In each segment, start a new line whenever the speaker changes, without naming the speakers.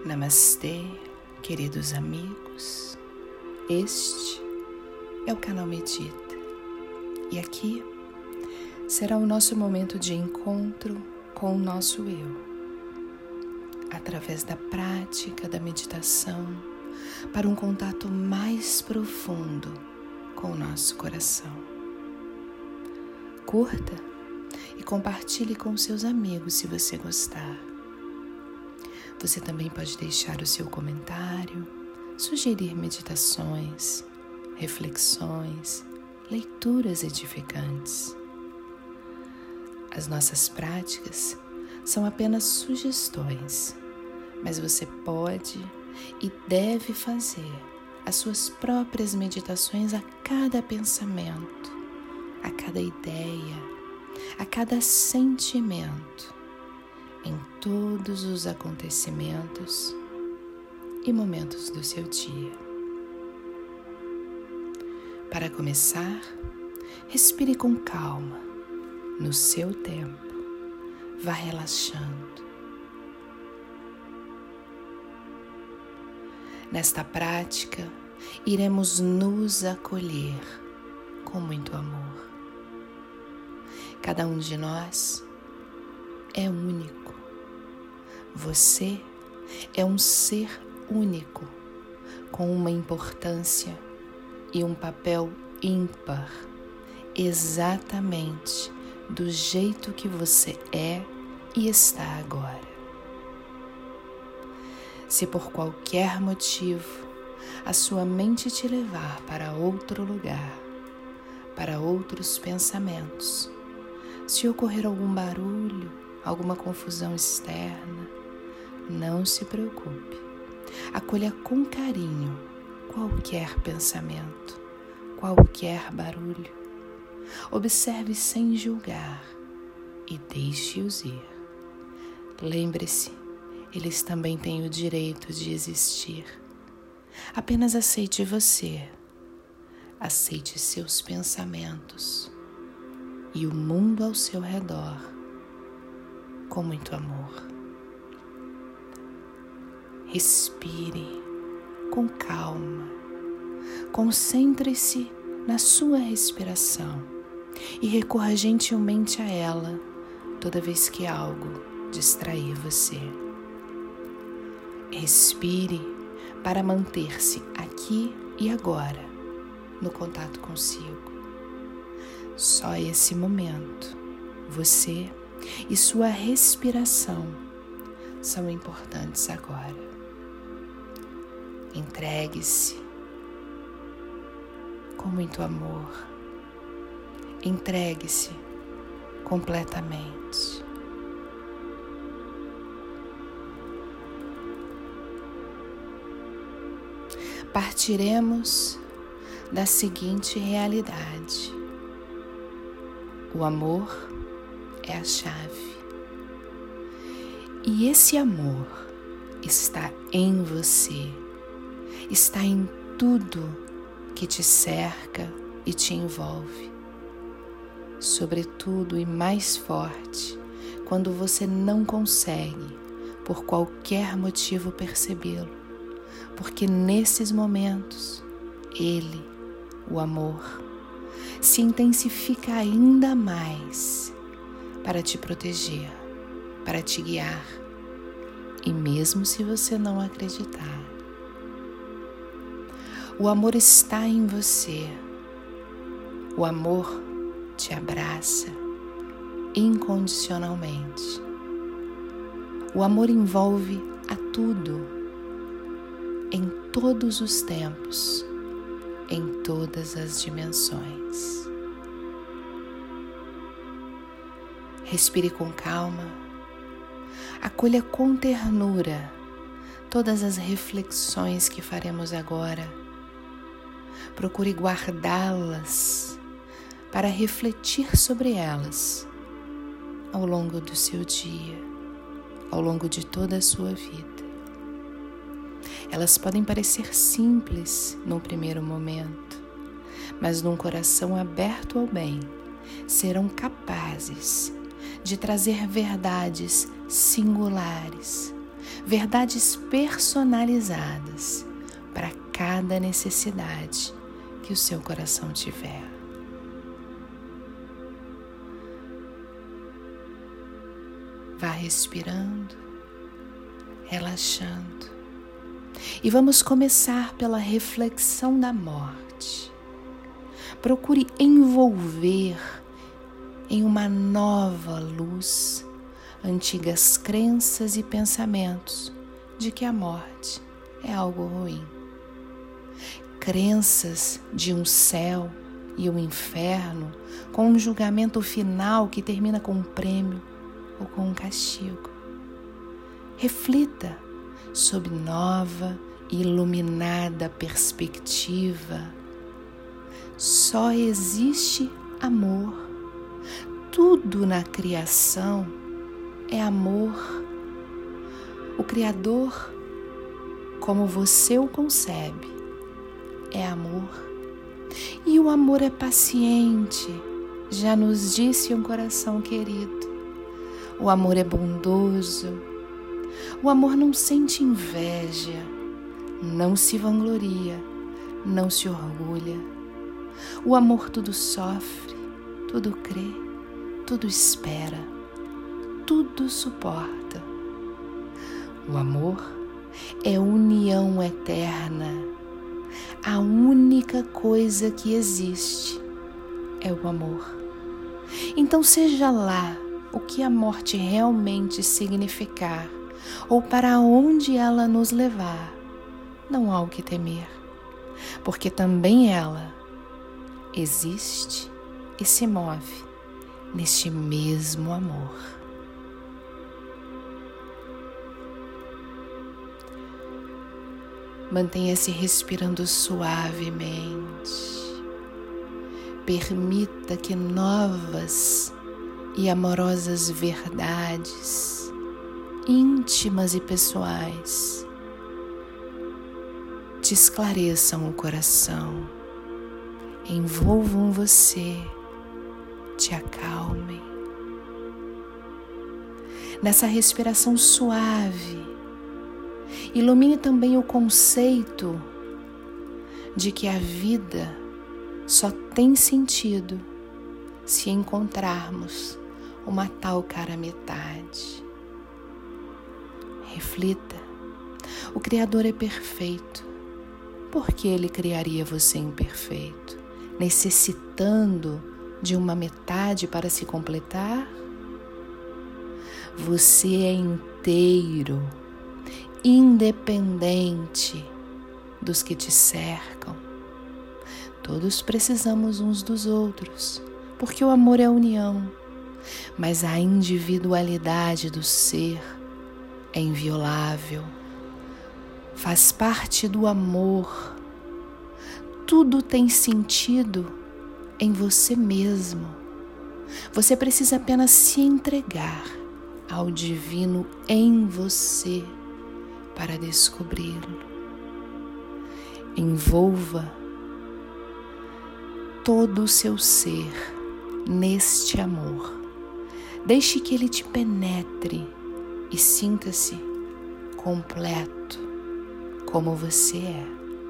Namastê, queridos amigos. Este é o canal Medita e aqui será o nosso momento de encontro com o nosso eu, através da prática da meditação para um contato mais profundo com o nosso coração. Curta e compartilhe com seus amigos se você gostar. Você também pode deixar o seu comentário, sugerir meditações, reflexões, leituras edificantes. As nossas práticas são apenas sugestões, mas você pode e deve fazer as suas próprias meditações a cada pensamento, a cada ideia, a cada sentimento, em todos os acontecimentos e momentos do seu dia. Para começar, respire com calma, no seu tempo, vá relaxando. Nesta prática, iremos nos acolher com muito amor. Cada um de nós é único. Você é um ser único, com uma importância e um papel ímpar, exatamente do jeito que você é e está agora. Se por qualquer motivo a sua mente te levar para outro lugar, para outros pensamentos, se ocorrer algum barulho, alguma confusão externa, não se preocupe. Acolha com carinho qualquer pensamento, qualquer barulho. Observe sem julgar e deixe-os ir. Lembre-se, eles também têm o direito de existir. Apenas aceite você, aceite seus pensamentos e o mundo ao seu redor com muito amor. Respire com calma, concentre-se na sua respiração e recorra gentilmente a ela toda vez que algo distrair você. Respire para manter-se aqui e agora, no contato consigo. Só esse momento, você e sua respiração são importantes agora. Entregue-se com muito amor. Entregue-se completamente. Partiremos da seguinte realidade: o amor é a chave. E esse amor está em você, está em tudo que te cerca e te envolve. Sobretudo e mais forte, quando você não consegue, por qualquer motivo, percebê-lo, porque nesses momentos, ele, o amor, se intensifica ainda mais para te proteger, para te guiar, e mesmo se você não acreditar, o amor está em você. O amor te abraça incondicionalmente. O amor envolve a tudo, em todos os tempos, em todas as dimensões. Respire com calma, acolha com ternura todas as reflexões que faremos agora. Procure guardá-las para refletir sobre elas ao longo do seu dia, ao longo de toda a sua vida. Elas podem parecer simples num primeiro momento, mas num coração aberto ao bem, serão capazes de trazer verdades singulares, verdades personalizadas para cada necessidade que o seu coração tiver. Vá respirando, relaxando. E vamos começar pela reflexão da morte. Procure envolver em uma nova luz antigas crenças e pensamentos de que a morte é algo ruim. Crenças de um céu e um inferno com um julgamento final que termina com um prêmio ou com um castigo. Reflita sob nova e iluminada perspectiva. Só existe amor. Tudo na criação é amor. O Criador, como você o concebe, é amor. E o amor é paciente, já nos disse um coração querido. O amor é bondoso. O amor não sente inveja, não se vangloria, não se orgulha. O amor tudo sofre, tudo crê, tudo espera, tudo suporta. O amor é união eterna. A única coisa que existe é o amor. Então seja lá o que a morte realmente significar ou para onde ela nos levar, não há o que temer, porque também ela existe e se move neste mesmo amor. Mantenha-se respirando suavemente. Permita que novas e amorosas verdades, íntimas e pessoais, te esclareçam o coração, envolvam você, te acalmem. Nessa respiração suave, ilumine também o conceito de que a vida só tem sentido se encontrarmos uma tal cara metade. Reflita, o Criador é perfeito. Por que Ele criaria você imperfeito, necessitando de uma metade para se completar? Você é inteiro, independente dos que te cercam. Todos precisamos uns dos outros, porque o amor é união, mas a individualidade do ser é inviolável. Faz parte do amor. Tudo tem sentido em você mesmo. Você precisa apenas se entregar ao divino em você para descobri-lo. Envolva todo o seu ser neste amor. Deixe que ele te penetre e sinta-se completo como você é.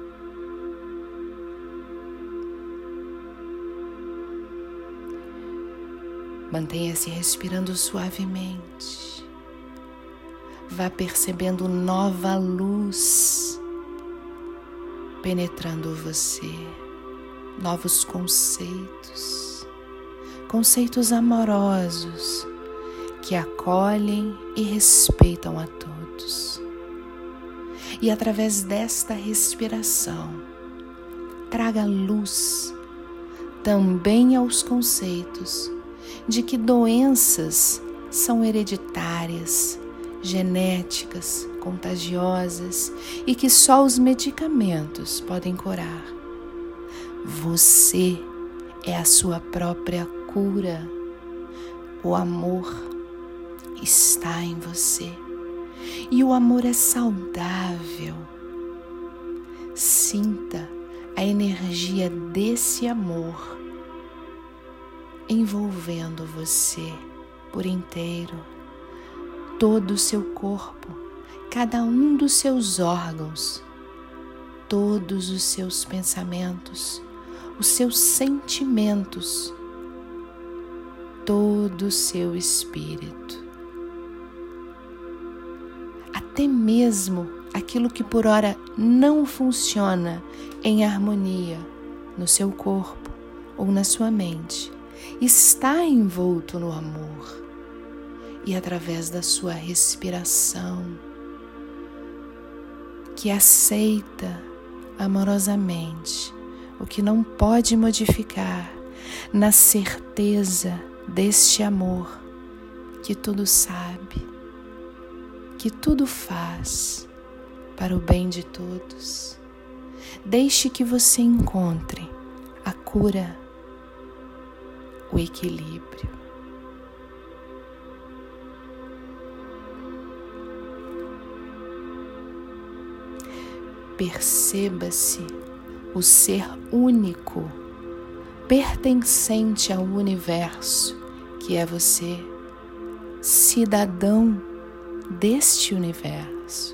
Mantenha-se respirando suavemente. Vá percebendo nova luz penetrando você, novos conceitos, conceitos amorosos que acolhem e respeitam a todos. E através desta respiração, traga luz também aos conceitos de que doenças são hereditárias, genéticas, contagiosas e que só os medicamentos podem curar. Você é a sua própria cura. O amor está em você e o amor é saudável. Sinta a energia desse amor envolvendo você por inteiro, todo o seu corpo cada um dos seus órgãos, todos os seus pensamentos, os seus sentimentos, todo o seu espírito. Até mesmo aquilo que por ora não funciona em harmonia no seu corpo ou na sua mente, está envolto no amor. E através da sua respiração, que aceita amorosamente o que não pode modificar, na certeza deste amor que tudo sabe, que tudo faz para o bem de todos. Deixe que você encontre a cura, o equilíbrio. Perceba-se o ser único, pertencente ao universo, que é você, cidadão deste universo.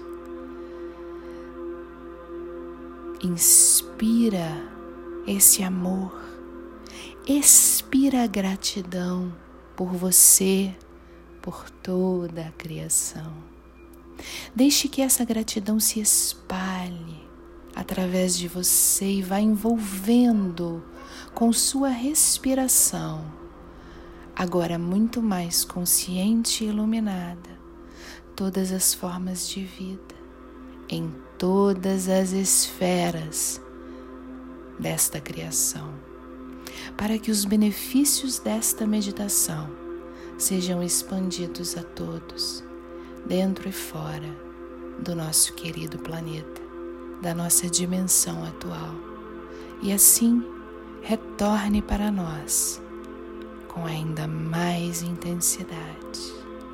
Inspira esse amor, expira a gratidão por você, por toda a criação. Deixe que essa gratidão se espalhe através de você e vá envolvendo com sua respiração, agora muito mais consciente e iluminada, todas as formas de vida, em todas as esferas desta criação, para que os benefícios desta meditação sejam expandidos a todos, dentro e fora do nosso querido planeta, da nossa dimensão atual, e assim retorne para nós com ainda mais intensidade.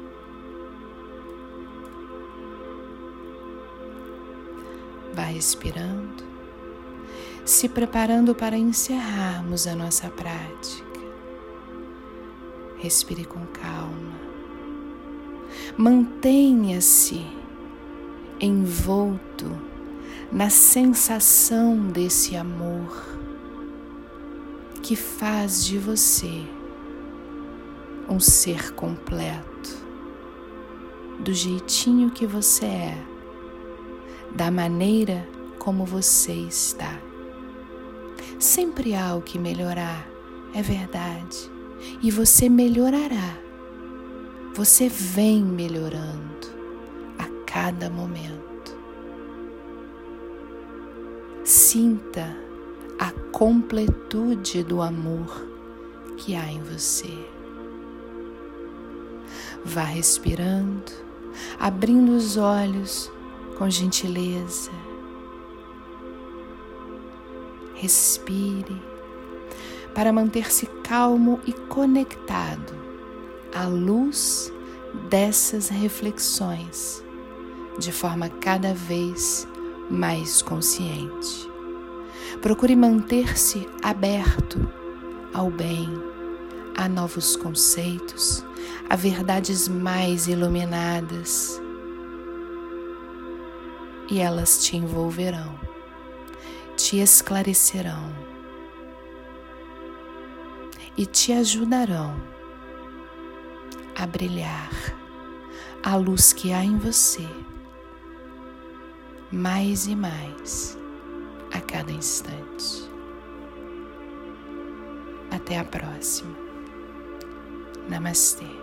Vá respirando, se preparando para encerrarmos a nossa prática. Respire com calma. Mantenha-se envolto na sensação desse amor que faz de você um ser completo, do jeitinho que você é, da maneira como você está. Sempre há o que melhorar, é verdade, e você melhorará. Você vem melhorando a cada momento. Sinta a completude do amor que há em você. Vá respirando, abrindo os olhos com gentileza. Respire para manter-se calmo e conectado à luz dessas reflexões, de forma cada vez mais consciente. Procure manter-se aberto ao bem, a novos conceitos, a verdades mais iluminadas, e elas te envolverão, te esclarecerão e te ajudarão a brilhar a luz que há em você, mais e mais a cada instante. Até a próxima. Namastê.